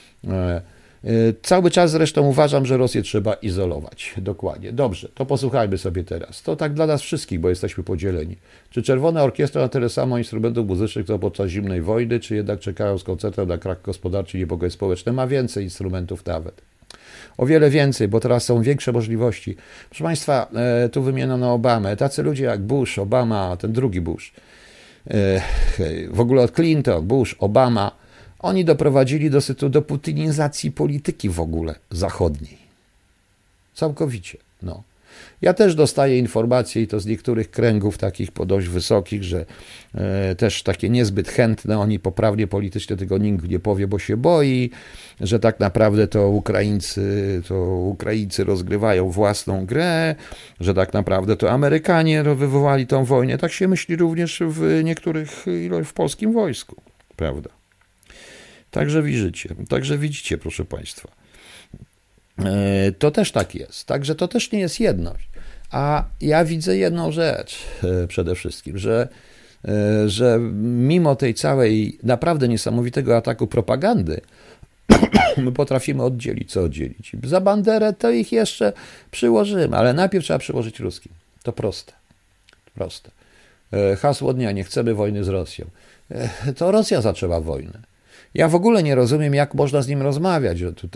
Cały czas zresztą uważam, że Rosję trzeba izolować. Dokładnie. Dobrze, to posłuchajmy sobie teraz. To tak dla nas wszystkich, bo jesteśmy podzieleni. Czy Czerwona Orkiestra ma tyle samo instrumentów muzycznych, co podczas zimnej wojny, czy jednak czekają z koncertem na krach gospodarczy i niepokój społeczny? Ma więcej instrumentów nawet. O wiele więcej, bo teraz są większe możliwości. Proszę państwa, tu wymieniono Obamę. Tacy ludzie jak Bush, Obama, ten drugi Bush, w ogóle od Clinton, Bush, Obama, oni doprowadzili do putinizacji polityki w ogóle zachodniej. Całkowicie. No. Ja też dostaję informacje i to z niektórych kręgów takich dość wysokich, że też takie niezbyt chętne, oni poprawnie politycznie tego nikt nie powie, bo się boi, że tak naprawdę to Ukraińcy rozgrywają własną grę, że tak naprawdę to Amerykanie wywołali tą wojnę. Tak się myśli również w niektórych, w polskim wojsku, prawda? Także widzicie, proszę państwa. To też tak jest. Także to też nie jest jedność. A ja widzę jedną rzecz przede wszystkim, że mimo tej całej naprawdę niesamowitego ataku propagandy, my potrafimy oddzielić, co oddzielić. Za banderę to ich jeszcze przyłożymy, ale najpierw trzeba przyłożyć ruskim. To proste. Hasło dnia, nie chcemy wojny z Rosją. To Rosja zaczęła wojnę. Ja w ogóle nie rozumiem, jak można z nim rozmawiać,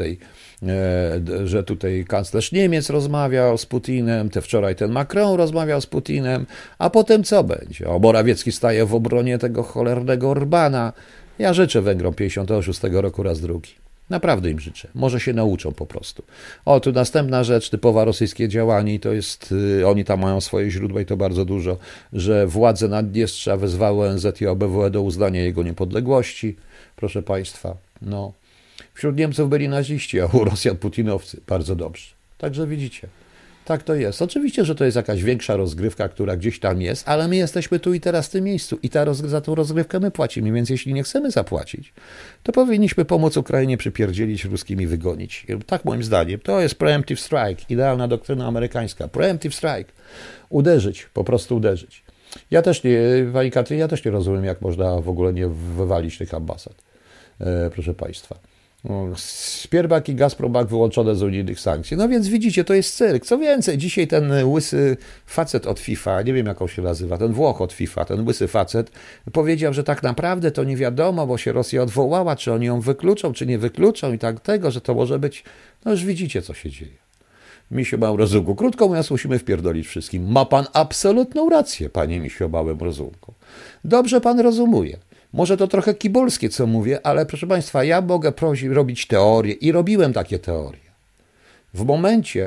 że tutaj kanclerz Niemiec rozmawiał z Putinem, wczoraj ten Macron rozmawiał z Putinem, a potem co będzie? Morawiecki staje w obronie tego cholernego Orbana. Ja życzę Węgrom 56 roku raz drugi. Naprawdę im życzę. Może się nauczą po prostu. Tu następna rzecz, typowa rosyjskie działanie, to jest, oni tam mają swoje źródła i to bardzo dużo, że władze Naddniestrza wezwały ONZ i OBWE do uznania jego niepodległości. Proszę państwa, no. Wśród Niemców byli naziści, a u Rosjan putinowcy. Bardzo dobrze. Także widzicie. Tak to jest. Oczywiście, że to jest jakaś większa rozgrywka, która gdzieś tam jest, ale my jesteśmy tu i teraz w tym miejscu i za tą rozgrywkę my płacimy, więc jeśli nie chcemy zapłacić, to powinniśmy pomóc Ukrainie przypierdzielić, ruskimi wygonić. Tak moim zdaniem. To jest preemptive strike, idealna doktryna amerykańska. Preemptive strike. Uderzyć, po prostu uderzyć. Ja też nie, pani Katrin, ja też nie rozumiem, jak można w ogóle nie wywalić tych ambasad, proszę państwa. Spierbank i Gazprombank wyłączone z unijnych sankcji. No więc widzicie, to jest cyrk. Co więcej, dzisiaj ten łysy facet od FIFA, nie wiem jak on się nazywa, ten Włoch od FIFA, ten łysy facet, powiedział, że tak naprawdę to nie wiadomo, bo się Rosja odwołała, czy oni ją wykluczą, czy nie wykluczą i tak tego, że to może być, no już widzicie, co się dzieje. Misiu małym rozumku. Krótko mówiąc, musimy wpierdolić wszystkim. Ma pan absolutną rację, panie Misiu małym rozumku. Dobrze pan rozumuje. Może to trochę kibolskie, co mówię, ale proszę państwa, ja mogę robić teorie i robiłem takie teorie. W momencie,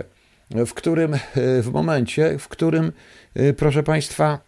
w którym, proszę państwa,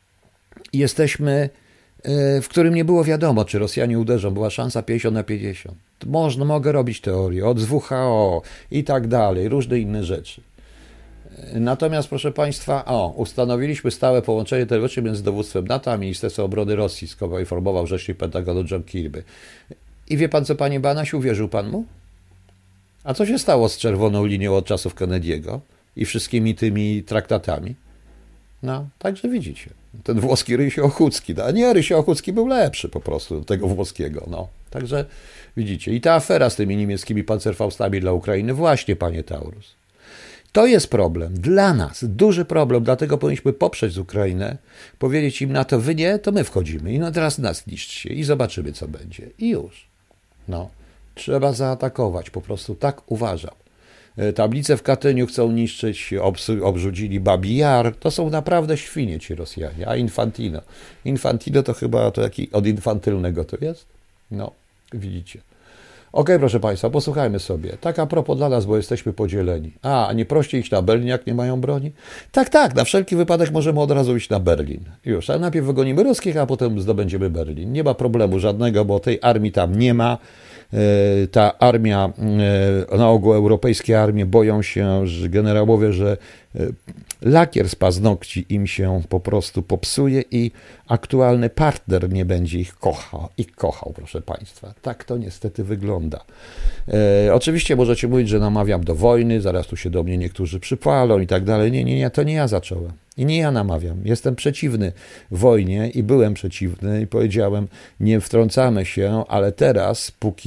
w którym nie było wiadomo, czy Rosjanie uderzą, była szansa 50/50. Mogę robić teorie od WHO i tak dalej, różne inne rzeczy. Natomiast, proszę państwa, ustanowiliśmy stałe połączenie telefoniczne między dowództwem NATO a Ministerstwem Obrony Rosji, z kogo informował rzecznik Pentagonu John Kirby. I wie pan co, panie Banaś, uwierzył pan mu? A co się stało z czerwoną linią od czasów Kennedy'ego i wszystkimi tymi traktatami? No, także widzicie. Ten włoski Rysio Ochódzki, a nie, Rysio Ochódzki był lepszy po prostu do tego włoskiego, no. Także widzicie. I ta afera z tymi niemieckimi pancerfaustami dla Ukrainy, właśnie, panie Taurus. To jest problem dla nas, duży problem, dlatego powinniśmy poprzeć Ukrainę, powiedzieć im na to, wy nie, to my wchodzimy i no teraz nas niszczcie i zobaczymy, co będzie. I już. No, trzeba zaatakować, po prostu tak uważam. Tablicę w Katyniu chcą niszczyć, obrzucili Babi Jar. To są naprawdę świnie ci Rosjanie. A Infantino. Infantino to chyba to jaki od infantylnego to jest? No, widzicie. Okej, proszę państwa, posłuchajmy sobie. Tak a propos dla nas, bo jesteśmy podzieleni. A nie prościej iść na Berlin, jak nie mają broni? Tak, na wszelki wypadek możemy od razu iść na Berlin. Już, ale najpierw wygonimy ruskich, a potem zdobędziemy Berlin. Nie ma problemu żadnego, bo tej armii tam nie ma. Ta armia, na ogół europejskie armie boją się, że generałowie, że lakier z paznokci im się po prostu popsuje i aktualny partner nie będzie ich kochał, proszę państwa. Tak to niestety wygląda. Oczywiście możecie mówić, że namawiam do wojny, zaraz tu się do mnie niektórzy przypalą i tak dalej. Nie, to nie ja zacząłem. I nie ja namawiam. Jestem przeciwny wojnie i byłem przeciwny i powiedziałem, nie wtrącamy się, ale teraz,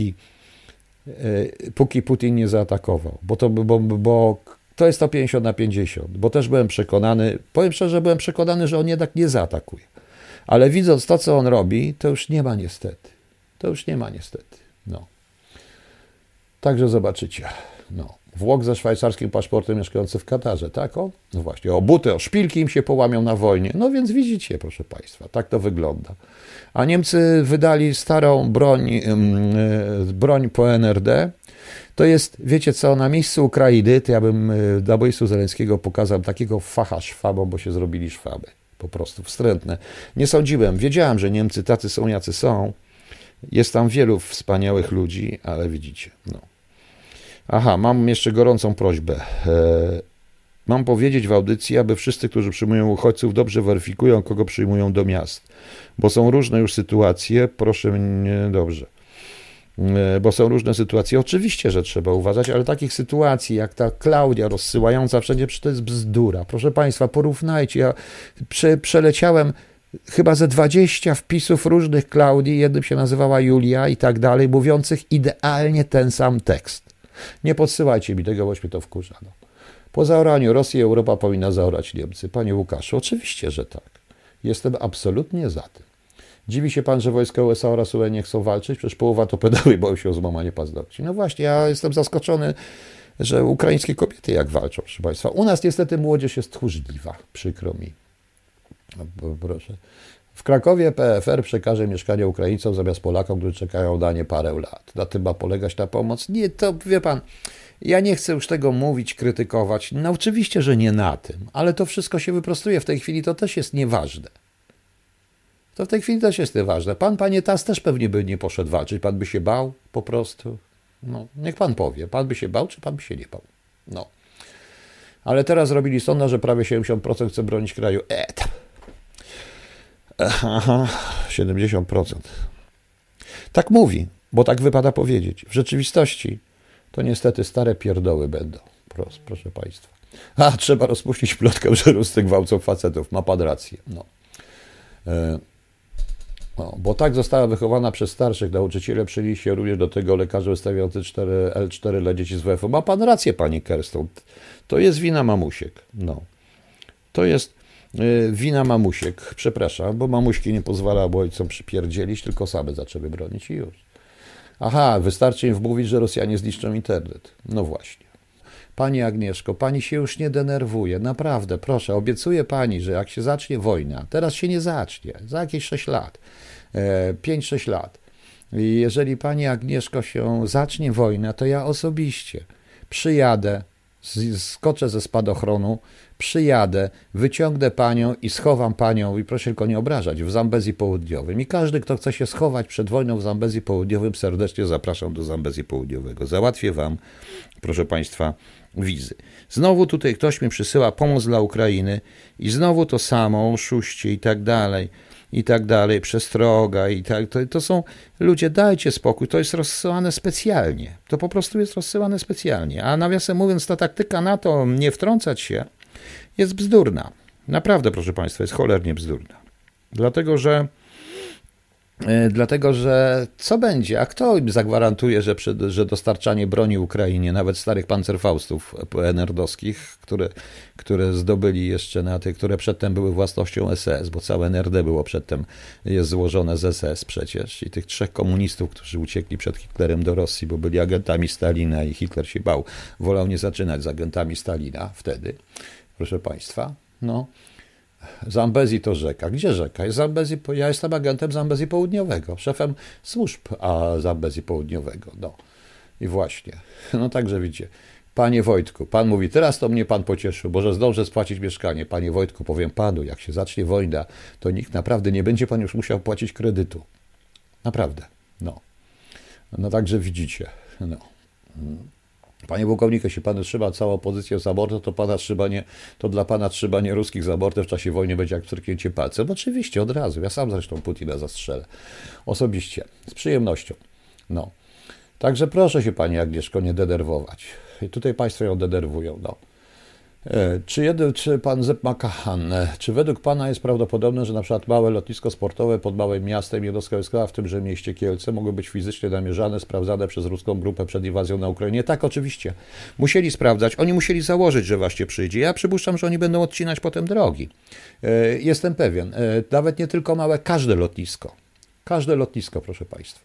póki Putin nie zaatakował, bo to jest to 50/50, bo też byłem przekonany, powiem szczerze, byłem przekonany, że on jednak nie zaatakuje. Ale widząc to, co on robi, to już nie ma niestety. No. Także zobaczycie. No. Włok ze szwajcarskim paszportem mieszkający w Katarze, tak? No właśnie, o buty, o szpilki im się połamią na wojnie. No więc widzicie, proszę państwa, tak to wygląda. A Niemcy wydali starą broń po NRD. To jest, wiecie co, na miejscu Ukrainy, to ja bym dla Borysu Zełenskiego pokazał takiego facha szwabą, bo się zrobili szwaby. Po prostu wstrętne. Nie sądziłem, wiedziałem, że Niemcy tacy są, jacy są. Jest tam wielu wspaniałych ludzi, ale widzicie, no. Aha, mam jeszcze gorącą prośbę. Mam powiedzieć w audycji, aby wszyscy, którzy przyjmują uchodźców, dobrze weryfikują, kogo przyjmują do miast. Bo są różne już sytuacje, proszę mnie, dobrze. Bo są różne sytuacje. Oczywiście, że trzeba uważać, ale takich sytuacji, jak ta Klaudia rozsyłająca wszędzie, to jest bzdura. Proszę państwa, porównajcie. Ja przeleciałem chyba ze 20 wpisów różnych Klaudii, jednym się nazywała Julia i tak dalej, mówiących idealnie ten sam tekst. Nie podsyłajcie mi tego, boś mnie to wkurza. No. Po zaoraniu Rosji Europa powinna zaorać Niemcy. Panie Łukaszu, oczywiście, że tak. Jestem absolutnie za tym. Dziwi się pan, że wojska USA oraz UE nie chcą walczyć? Przecież połowa to pedały boją się o złamanie paznokci. No właśnie, ja jestem zaskoczony, że ukraińskie kobiety jak walczą, proszę państwa. U nas niestety młodzież jest tchórzliwa, przykro mi. No, proszę. W Krakowie PFR przekaże mieszkanie Ukraińcom zamiast Polakom, którzy czekają na nie parę lat. Na tym ma polegać ta pomoc? Nie, to wie pan, ja nie chcę już tego mówić, krytykować. No oczywiście, że nie na tym, ale to wszystko się wyprostuje. W tej chwili to też jest nieważne. Pan, panie Tas, też pewnie by nie poszedł walczyć. Pan by się bał po prostu. No, niech pan powie. Pan by się bał, czy pan by się nie bał? No. Ale teraz zrobili sondaż, że prawie 70% chce bronić kraju. Aha, 70%. Tak mówi, bo tak wypada powiedzieć. W rzeczywistości to niestety stare pierdoły będą, proszę państwa. Trzeba rozpuścić plotkę, że Ruscy gwałcą facetów. Ma pan rację. No. Bo tak została wychowana przez starszych. Nauczyciele przyjęli się również do tego lekarze wystawiający L4 dla dzieci z WF-u. Ma pan rację, pani Kerston. To jest wina mamusiek. No. To jest wina mamusiek. Przepraszam, bo mamuśki nie pozwalały ojcom przypierdzielić, tylko same zaczęły bronić i już. Aha, wystarczy im wmówić, że Rosjanie zniszczą internet. No właśnie. Pani Agnieszko, pani się już nie denerwuje, naprawdę, proszę, obiecuję pani, że jak się zacznie wojna, teraz się nie zacznie, za jakieś 6 lat, 5-6 lat, i jeżeli pani Agnieszko się zacznie wojna, to ja osobiście przyjadę, skoczę ze spadochronu, przyjadę, wyciągnę panią i schowam panią, i proszę tylko nie obrażać, w Zambezji Południowym. I każdy, kto chce się schować przed wojną w Zambezji Południowym, serdecznie zapraszam do Zambezji Południowego. Załatwię wam, proszę państwa, wizy. Znowu tutaj ktoś mi przysyła pomoc dla Ukrainy i znowu to samo, oszuści i tak dalej, przestroga i tak, to są, ludzie, dajcie spokój, to jest rozsyłane specjalnie, to po prostu jest rozsyłane specjalnie, a nawiasem mówiąc, ta taktyka na to, nie wtrącać się, jest bzdurna, naprawdę, proszę państwa, jest cholernie bzdurna, dlatego, że co będzie, a kto im zagwarantuje, że dostarczanie broni Ukrainie, nawet starych pancerfaustów NRD-owskich, które zdobyli jeszcze na tych, które przedtem były własnością SS, bo całe NRD było przedtem, jest złożone z SS przecież, i tych 3 komunistów, którzy uciekli przed Hitlerem do Rosji, bo byli agentami Stalina i Hitler się bał, wolał nie zaczynać z agentami Stalina wtedy, proszę państwa, no. Zambezji to rzeka. Gdzie rzeka? Jest Zambezji, ja jestem agentem Zambezji Południowego, szefem służb Zambezji Południowego. No i właśnie. No także widzicie. Panie Wojtku, pan mówi, teraz to mnie pan pocieszył, może zdążę spłacić mieszkanie. Panie Wojtku, powiem panu, jak się zacznie wojna, to nikt naprawdę nie będzie pan już musiał płacić kredytu. Naprawdę. No. No także widzicie. No. Panie pułkowniku, jeśli pan trzyma całą opozycję za mordę, to dla pana trzymanie ruskich za mordę w czasie wojny będzie jak pstryknięcie palcem. Oczywiście, od razu. Ja sam zresztą Putina zastrzelę. Osobiście. Z przyjemnością. No. Także proszę się, pani Agnieszko, nie denerwować. I tutaj państwo ją denerwują. No. Czy pan Zep Makahan, czy według pana jest prawdopodobne, że na przykład małe lotnisko sportowe pod małym miastem, jednostka wojskowa w tymże mieście Kielce mogły być fizycznie namierzane, sprawdzane przez ruską grupę przed inwazją na Ukrainie? Tak, oczywiście. Musieli sprawdzać, oni musieli założyć, że właśnie przyjdzie. Ja przypuszczam, że oni będą odcinać potem drogi. Jestem pewien. Nawet nie tylko małe, każde lotnisko. Każde lotnisko, proszę państwa.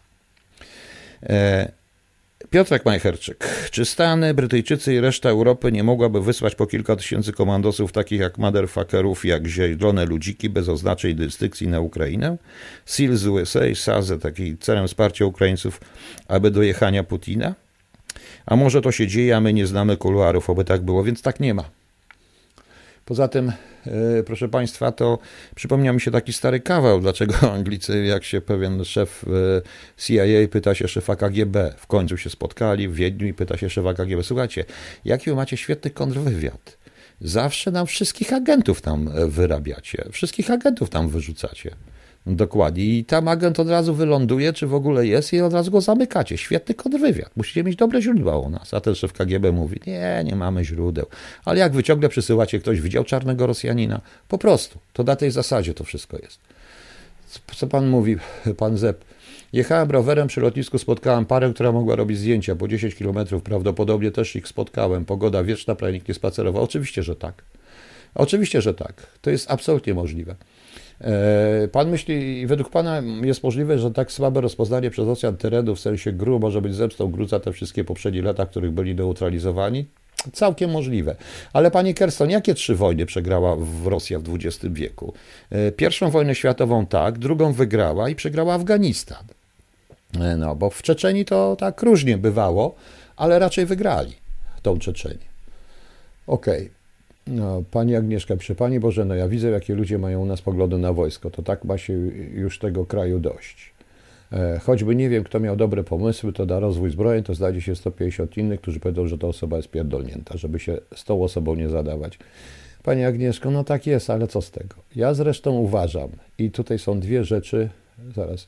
Piotrek Majcherczyk. Czy Stany, Brytyjczycy i reszta Europy nie mogłaby wysłać po kilka tysięcy komandosów takich jak motherfuckerów, jak zielone ludziki bez oznaczeń dystykcji na Ukrainę? SEAL z USA, SAZE, taki celem wsparcia Ukraińców, aby do jechania Putina? A może to się dzieje, a my nie znamy kuluarów, oby tak było, więc tak nie ma. Poza tym, proszę państwa, to przypomniał mi się taki stary kawał, dlaczego Anglicy, jak się pewien szef CIA pyta się szefa KGB, w końcu się spotkali w Wiedniu i pyta się szefa KGB, słuchajcie, jaki wy macie świetny kontrwywiad, zawsze nam wszystkich agentów tam wyrabiacie, wszystkich agentów tam wyrzucacie. Dokładnie. I tam agent od razu wyląduje, czy w ogóle jest, i od razu go zamykacie. Świetny kontrwywiad. Musicie mieć dobre źródła u nas. A ten szef KGB mówi, nie mamy źródeł. Ale jak wy ciągle przysyłacie, ktoś widział czarnego Rosjanina? Po prostu. To na tej zasadzie to wszystko jest. Co pan mówi, pan Zep? Jechałem rowerem przy lotnisku, spotkałem parę, która mogła robić zdjęcia po 10 kilometrów. Prawdopodobnie też ich spotkałem. Pogoda wieczna, prawie nikt nie spacerował. Oczywiście, że tak. Oczywiście, że tak. To jest absolutnie możliwe. Pan myśli, i według pana jest możliwe, że tak słabe rozpoznanie przez Rosjan terenu w sensie GRU może być zemstą GRU za te wszystkie poprzednie lata, w których byli neutralizowani? Całkiem możliwe. Ale pani Kerston, jakie 3 wojny przegrała Rosja w XX wieku? Pierwszą wojnę światową tak, drugą wygrała i przegrała Afganistan. No, bo w Czeczenii to tak różnie bywało, ale raczej wygrali tą Czeczenię. Okej. No, pani Agnieszka pisze, Pani Bożeno, ja widzę, jakie ludzie mają u nas poglądy na wojsko, to tak ma się już tego kraju dość. Choćby nie wiem, kto miał dobre pomysły, to na rozwój zbrojeń, to znajdzie się 150 innych, którzy powiedzą, że ta osoba jest pierdolnięta, żeby się z tą osobą nie zadawać. Pani Agnieszko, no tak jest, ale co z tego? Ja zresztą uważam, i tutaj są 2 rzeczy, zaraz,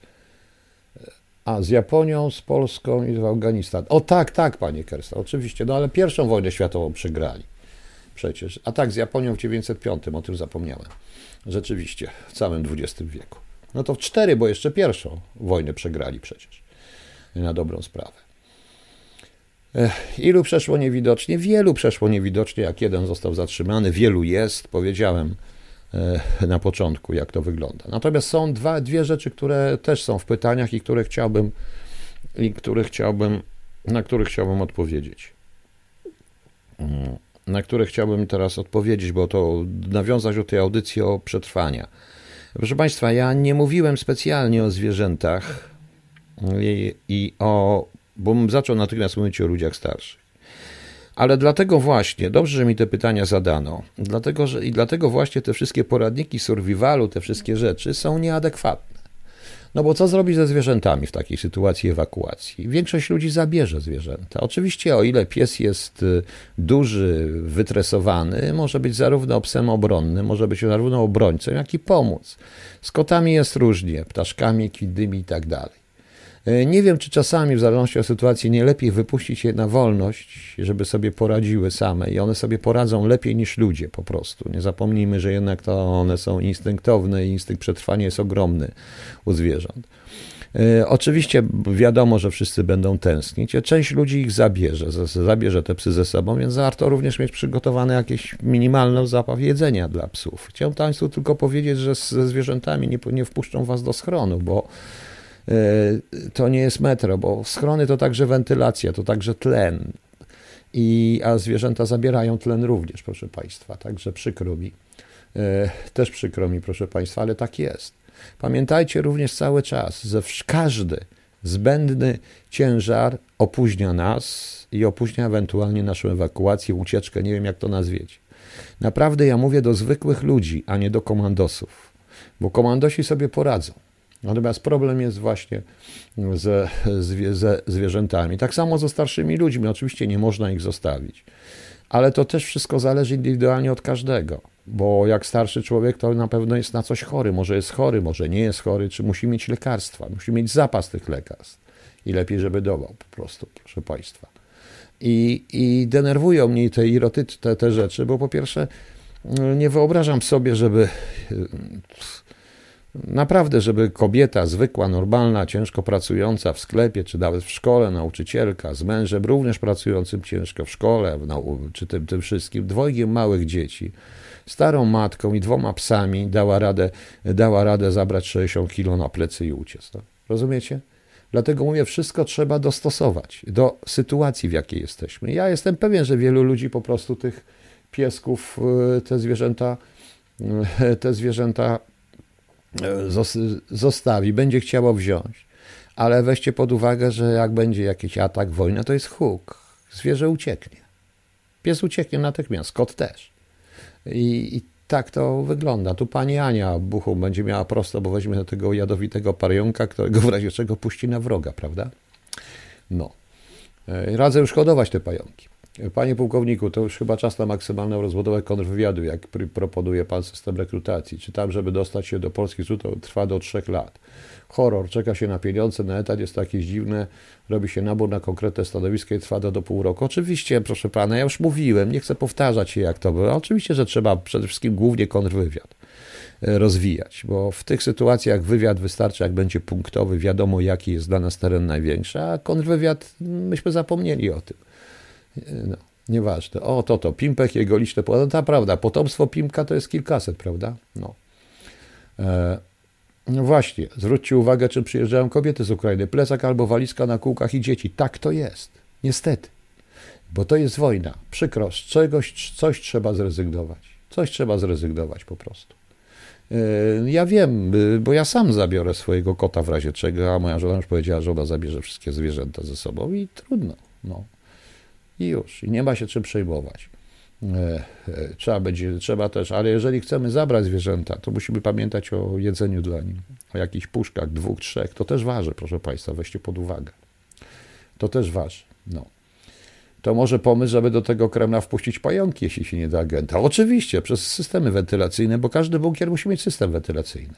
z Japonią, z Polską i z Afganistanem. O tak, Panie Kersta, oczywiście, no ale pierwszą wojnę światową przegrali. Przecież. A tak, z Japonią w 905, o tym zapomniałem. Rzeczywiście, w całym XX wieku. No to w 4, bo jeszcze pierwszą wojnę przegrali przecież. Na dobrą sprawę. Ilu przeszło niewidocznie? Wielu przeszło niewidocznie, jak jeden został zatrzymany. Wielu jest, powiedziałem na początku, jak to wygląda. Natomiast są 2 rzeczy, które też są w pytaniach i na których chciałbym odpowiedzieć. na które chciałbym teraz odpowiedzieć, bo to nawiązać do tej audycji o przetrwania. Proszę Państwa, ja nie mówiłem specjalnie o zwierzętach bo bym zaczął natychmiast mówić o ludziach starszych. Ale dlatego właśnie, dobrze, że mi te pytania zadano, dlatego właśnie te wszystkie poradniki survivalu, te wszystkie rzeczy są nieadekwatne. No bo co zrobić ze zwierzętami w takiej sytuacji ewakuacji? Większość ludzi zabierze zwierzęta. Oczywiście o ile pies jest duży, wytresowany, może być zarówno psem obronnym, może być zarówno obrońcą, jak i pomóc. Z kotami jest różnie, ptaszkami, kwidnymi i tak dalej. Nie wiem, czy czasami w zależności od sytuacji nie lepiej wypuścić je na wolność, żeby sobie poradziły same i one sobie poradzą lepiej niż ludzie po prostu. Nie zapomnijmy, że jednak to one są instynktowne i instynkt przetrwania jest ogromny u zwierząt. Oczywiście wiadomo, że wszyscy będą tęsknić. Część ludzi ich zabierze te psy ze sobą, więc warto również mieć przygotowane jakieś minimalny zapas jedzenia dla psów. Chciałem Państwu tylko powiedzieć, że ze zwierzętami nie wpuszczą Was do schronu, bo to nie jest metro, bo schrony to także wentylacja, to także tlen, a zwierzęta zabierają tlen również, proszę Państwa, także przykro mi, też przykro mi, proszę Państwa, ale tak jest. Pamiętajcie również cały czas, że każdy zbędny ciężar opóźnia nas i opóźnia ewentualnie naszą ewakuację, ucieczkę, nie wiem jak to nazwieć. Naprawdę ja mówię do zwykłych ludzi, a nie do komandosów, bo komandosi sobie poradzą. Natomiast problem jest właśnie ze zwierzętami. Tak samo ze starszymi ludźmi. Oczywiście nie można ich zostawić. Ale to też wszystko zależy indywidualnie od każdego. Bo jak starszy człowiek, to na pewno jest na coś chory. Może jest chory, może nie jest chory, czy musi mieć lekarstwa. Musi mieć zapas tych lekarstw. I lepiej, żeby dawał po prostu, proszę Państwa. I denerwują mnie te rzeczy, bo po pierwsze nie wyobrażam sobie, żeby kobieta zwykła, normalna, ciężko pracująca w sklepie, czy nawet w szkole, nauczycielka, z mężem również pracującym ciężko w szkole, czy tym wszystkim, dwojgiem małych dzieci, starą matką i 2 psami dała radę zabrać 60 kilo na plecy i uciec. No? Rozumiecie? Dlatego mówię, wszystko trzeba dostosować do sytuacji, w jakiej jesteśmy. Ja jestem pewien, że wielu ludzi po prostu tych piesków, te zwierzęta zostawi, będzie chciało wziąć. Ale weźcie pod uwagę, że jak będzie jakiś atak, wojna, to jest huk. Zwierzę ucieknie. Pies ucieknie natychmiast, kot też. I tak to wygląda. Tu pani Ania Buchum będzie miała prosto, bo weźmie tego jadowitego pająka, którego w razie czego puści na wroga, prawda? No. Radzę już hodować te pająki. Panie pułkowniku, to już chyba czas na maksymalną rozbudowę kontrwywiadu, jak proponuje pan system rekrutacji. Czytam, żeby dostać się do Polski, to trwa do 3 lat. Horror, czeka się na pieniądze, na etat jest to jakieś dziwne, robi się nabór na konkretne stanowisko i trwa do pół roku. Oczywiście, proszę pana, ja już mówiłem, nie chcę powtarzać się jak to było. Oczywiście, że trzeba przede wszystkim głównie kontrwywiad rozwijać, bo w tych sytuacjach wywiad wystarczy, jak będzie punktowy, wiadomo jaki jest dla nas teren największy, a kontrwywiad, myśmy zapomnieli o tym. No, nieważne. Pimpek, jego liczne... No ta prawda, potomstwo Pimpka to jest kilkaset, prawda? No. No właśnie, zwróćcie uwagę, czym przyjeżdżają kobiety z Ukrainy. Plecak albo walizka na kółkach i dzieci. Tak to jest. Niestety. Bo to jest wojna. Przykro, z coś trzeba zrezygnować. Coś trzeba zrezygnować po prostu. Ja wiem, bo ja sam zabiorę swojego kota w razie czego, a moja żona już powiedziała, że ona zabierze wszystkie zwierzęta ze sobą i trudno. No. I już. I nie ma się czym przejmować. Trzeba też, ale jeżeli chcemy zabrać zwierzęta, to musimy pamiętać o jedzeniu dla nich, o jakichś puszkach, 2, 3. To też waży, proszę Państwa, weźcie pod uwagę. To też waży. No. To może pomysł, żeby do tego Kremla wpuścić pająki, jeśli się nie da agenta. Oczywiście, przez systemy wentylacyjne, bo każdy bunkier musi mieć system wentylacyjny.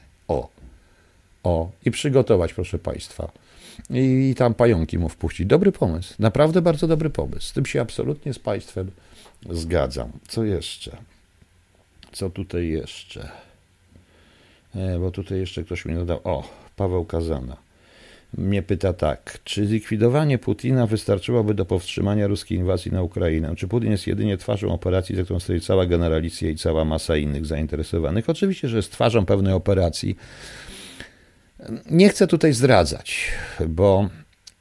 I przygotować, proszę Państwa. I tam pająki mu wpuścić. Dobry pomysł. Naprawdę bardzo dobry pomysł. Z tym się absolutnie z Państwem zgadzam. Co jeszcze? Co tutaj jeszcze? Bo tutaj jeszcze ktoś mi dodał. Paweł Kazana mnie pyta tak. Czy zlikwidowanie Putina wystarczyłoby do powstrzymania ruskiej inwazji na Ukrainę? Czy Putin jest jedynie twarzą operacji, za którą stoi cała generalicja i cała masa innych zainteresowanych? Oczywiście, że jest twarzą pewnej operacji. Nie chcę tutaj zdradzać, bo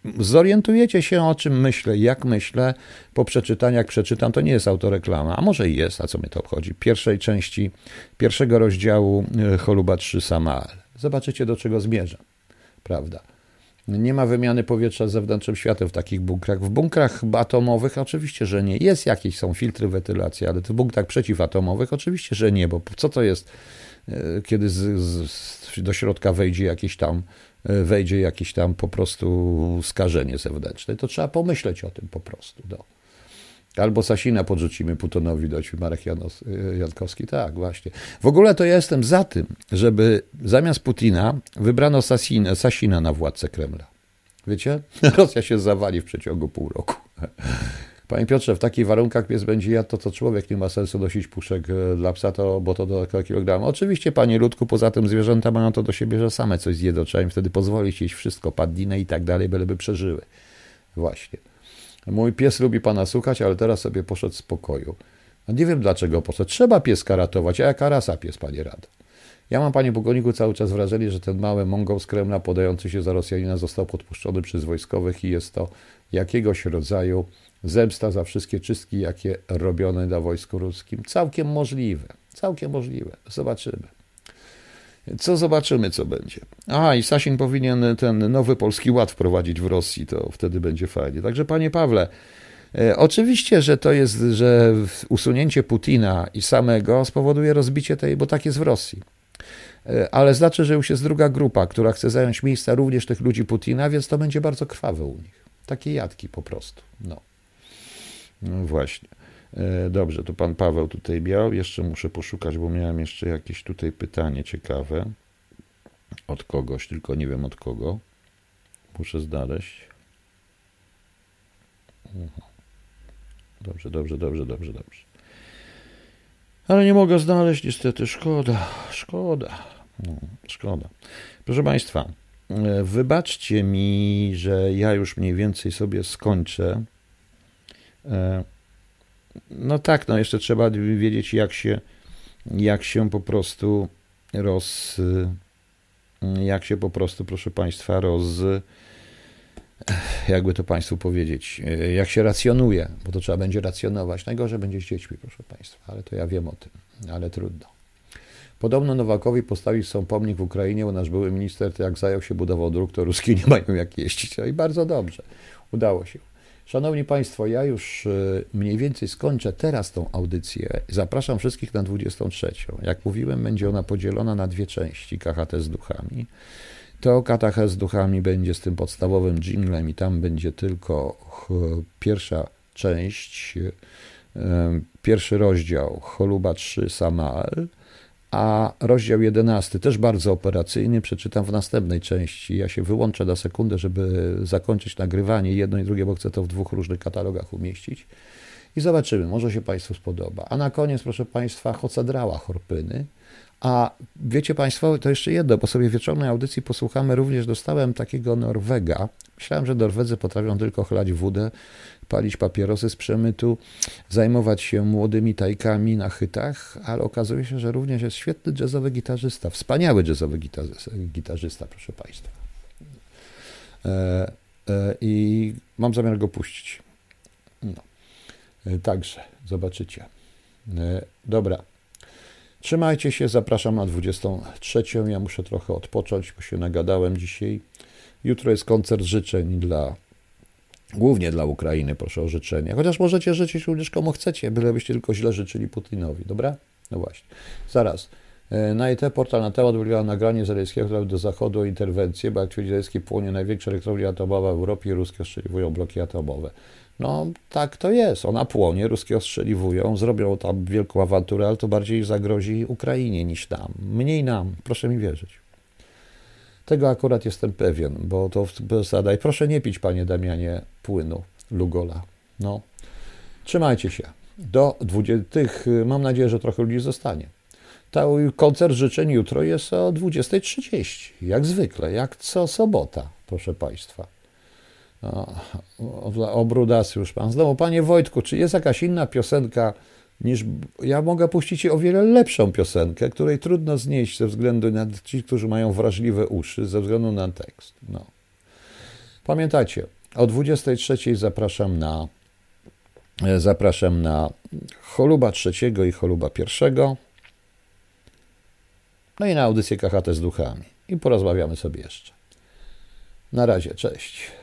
zorientujecie się, o czym myślę, jak myślę, po przeczytaniu, jak przeczytam, to nie jest autoreklama, a może i jest, a co mnie to obchodzi, pierwszej części, pierwszego rozdziału Choluba 3 Samael. Zobaczycie, do czego zmierzam, prawda? Nie ma wymiany powietrza z zewnętrznym światem w takich bunkrach. W bunkrach atomowych oczywiście, że nie. Jest jakieś, są filtry wentylacji, ale w bunkrach przeciwatomowych oczywiście, że nie, bo co to jest, kiedy do środka wejdzie jakieś tam po prostu skażenie zewnętrzne. To trzeba pomyśleć o tym po prostu. No. Albo Sasina podrzucimy Putonowi, doći Marek Jankowski. Tak, właśnie. W ogóle to ja jestem za tym, żeby zamiast Putina wybrano Sasina na władcę Kremla. Wiecie? Rosja się zawali w przeciągu pół roku. Panie Piotrze, w takich warunkach pies będzie jadł to, co człowiek, nie ma sensu nosić puszek dla psa, bo to do kilogramu. Oczywiście, panie Ludku, poza tym zwierzęta mają to do siebie, że same coś zjedzą, trzeba im wtedy pozwolić jeść wszystko, padlinę i tak dalej, byleby przeżyły. Właśnie. Mój pies lubi pana słuchać, ale teraz sobie poszedł z pokoju. No nie wiem dlaczego poszedł. Trzeba pieska ratować, a jaka rasa pies, panie Rado? Ja mam, panie pułkowniku, cały czas wrażenie, że ten mały Mongol z Kremla podający się za Rosjanina został podpuszczony przez wojskowych i jest to jakiegoś rodzaju zemsta za wszystkie czystki, jakie robione na wojsku ruskim. Całkiem możliwe. Całkiem możliwe. Zobaczymy. Zobaczymy, co będzie. Aha, i Sasin powinien ten nowy Polski Ład wprowadzić w Rosji, to wtedy będzie fajnie. Także, panie Pawle, oczywiście, że to jest, że usunięcie Putina i samego spowoduje rozbicie tej, bo tak jest w Rosji. Ale znaczy, że już jest druga grupa, która chce zająć miejsca również tych ludzi Putina, więc to będzie bardzo krwawe u nich. Takie jadki po prostu. No właśnie. Dobrze, to pan Paweł tutaj miał. Jeszcze muszę poszukać, bo miałem jeszcze jakieś tutaj pytanie ciekawe od kogoś, tylko nie wiem od kogo. Muszę znaleźć. Dobrze. Ale nie mogę znaleźć, niestety. Szkoda. Proszę państwa, wybaczcie mi, że ja już mniej więcej sobie skończę. No tak, no jeszcze trzeba wiedzieć, jak się po prostu proszę państwa, jakby to państwu powiedzieć, jak się racjonuje, bo to trzeba będzie racjonować. Najgorzej będzie z dziećmi, proszę państwa, ale to ja wiem o tym, ale trudno. Podobno Nowakowi postawił są pomnik w Ukrainie, bo nasz były minister, jak zajął się budową dróg, to ruskie nie mają jak jeździć. No i bardzo dobrze, udało się. Szanowni Państwo, ja już mniej więcej skończę teraz tą audycję. Zapraszam wszystkich na 23. Jak mówiłem, będzie ona podzielona na dwie części, KHT z duchami. To KHT z duchami będzie z tym podstawowym dżinglem i tam będzie tylko pierwsza część, pierwszy rozdział Choluba 3 Samael, a rozdział 11, też bardzo operacyjny, przeczytam w następnej części. Ja się wyłączę na sekundę, żeby zakończyć nagrywanie jedno i drugie, bo chcę to w dwóch różnych katalogach umieścić. I zobaczymy, może się Państwu spodoba. A na koniec, proszę Państwa, Hocadrała Horpyny. A wiecie Państwo, to jeszcze jedno, bo sobie wieczornej audycji posłuchamy, również dostałem takiego Norwega. Myślałem, że Norwedzy potrafią tylko chlać wódę, palić papierosy z przemytu, zajmować się młodymi tajkami na chytach, ale okazuje się, że również jest świetny jazzowy gitarzysta, wspaniały jazzowy gitarzysta, proszę Państwa. I mam zamiar go puścić. No. Także, zobaczycie. Dobra. Trzymajcie się, zapraszam na 23. Ja muszę trochę odpocząć, bo się nagadałem dzisiaj. Jutro jest koncert życzeń głównie dla Ukrainy, proszę o życzenie. Chociaż możecie życzyć również komu chcecie, bylebyście tylko źle życzyli Putinowi, dobra? No właśnie. Zaraz. Na IT portal na temat wygląda nagranie Zelenskiego, które do Zachodu o interwencję, bo jak twierdzi Zelenski, płonie największa elektrownia atomowa w Europie i ruskie ostrzeliwują bloki atomowe. No tak to jest, ona płonie, ruskie ostrzeliwują, zrobią tam wielką awanturę, ale to bardziej zagrozi Ukrainie niż nam. Mniej nam, proszę mi wierzyć. Tego akurat jestem pewien, bo to zasada. I proszę nie pić, panie Damianie, płynu Lugola. No, trzymajcie się. Do 20, mam nadzieję, że trochę ludzi zostanie. Koncert życzeń jutro jest o 20:30, jak zwykle, jak co sobota, proszę Państwa. O brudasy już pan. Znowu, panie Wojtku, czy jest jakaś inna piosenka niż... Ja mogę puścić o wiele lepszą piosenkę, której trudno znieść ze względu na ci, którzy mają wrażliwe uszy, ze względu na tekst. No. Pamiętajcie, O 23 zapraszam na Choluba trzeciego i Choluba pierwszego. No i na audycję KHT z duchami. I porozmawiamy sobie jeszcze. Na razie, cześć.